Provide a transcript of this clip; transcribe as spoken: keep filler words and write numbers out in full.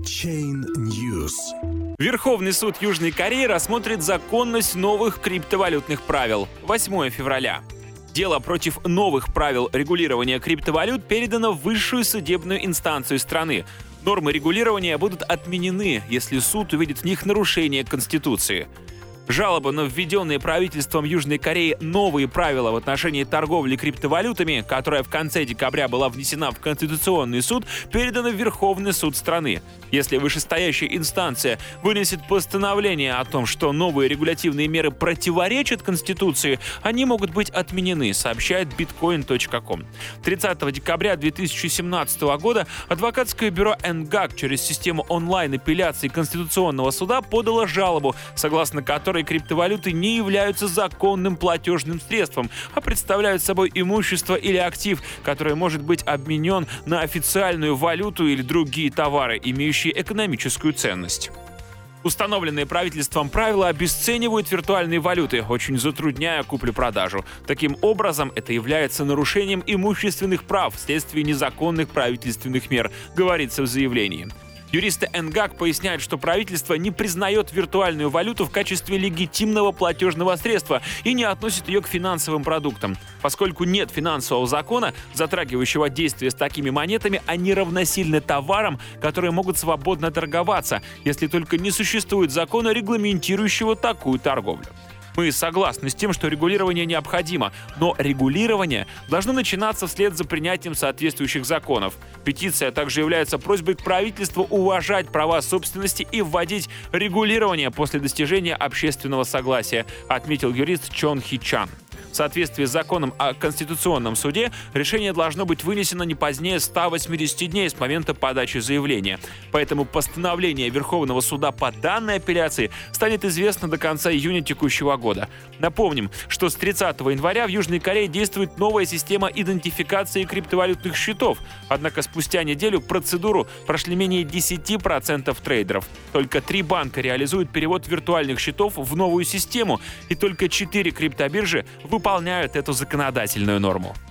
Chain News. Верховный суд Южной Кореи рассмотрит законность новых криптовалютных правил. восьмого февраля. Дело против новых правил регулирования криптовалют передано в высшую судебную инстанцию страны. Нормы регулирования будут отменены, если суд увидит в них нарушение Конституции. Жалоба на введенные правительством Южной Кореи новые правила в отношении торговли криптовалютами, которая в конце декабря была внесена в Конституционный суд, передана в Верховный суд страны. Если вышестоящая инстанция вынесет постановление о том, что новые регулятивные меры противоречат Конституции, они могут быть отменены, сообщает биткоин точка ком. тридцатого декабря две тысячи семнадцатого года адвокатское бюро Энгак через систему онлайн-апелляции Конституционного суда подало жалобу, согласно которой криптовалюты не являются законным платежным средством, а представляют собой имущество или актив, который может быть обменен на официальную валюту или другие товары, имеющие экономическую ценность. Установленные правительством правила обесценивают виртуальные валюты, очень затрудняя куплю-продажу. Таким образом, это является нарушением имущественных прав вследствие незаконных правительственных мер, говорится в заявлении. Юристы Энгак поясняют, что правительство не признает виртуальную валюту в качестве легитимного платежного средства и не относит ее к финансовым продуктам. Поскольку нет финансового закона, затрагивающего действия с такими монетами, они равносильны товарам, которые могут свободно торговаться, если только не существует закона, регламентирующего такую торговлю. Мы согласны с тем, что регулирование необходимо, но регулирование должно начинаться вслед за принятием соответствующих законов. Петиция также является просьбой к правительству уважать права собственности и вводить регулирование после достижения общественного согласия, отметил юрист Чон Хи Чан. В соответствии с законом о Конституционном суде решение должно быть вынесено не позднее ста восьмидесяти дней с момента подачи заявления. Поэтому постановление Верховного суда по данной апелляции станет известно до конца июня текущего года. Напомним, что с тридцатого января в Южной Корее действует новая система идентификации криптовалютных счетов. Однако спустя неделю процедуру прошли менее десяти процентов трейдеров. Только три банка реализуют перевод виртуальных счетов в новую систему, и только четыре криптобиржи выполняют эту законодательную норму.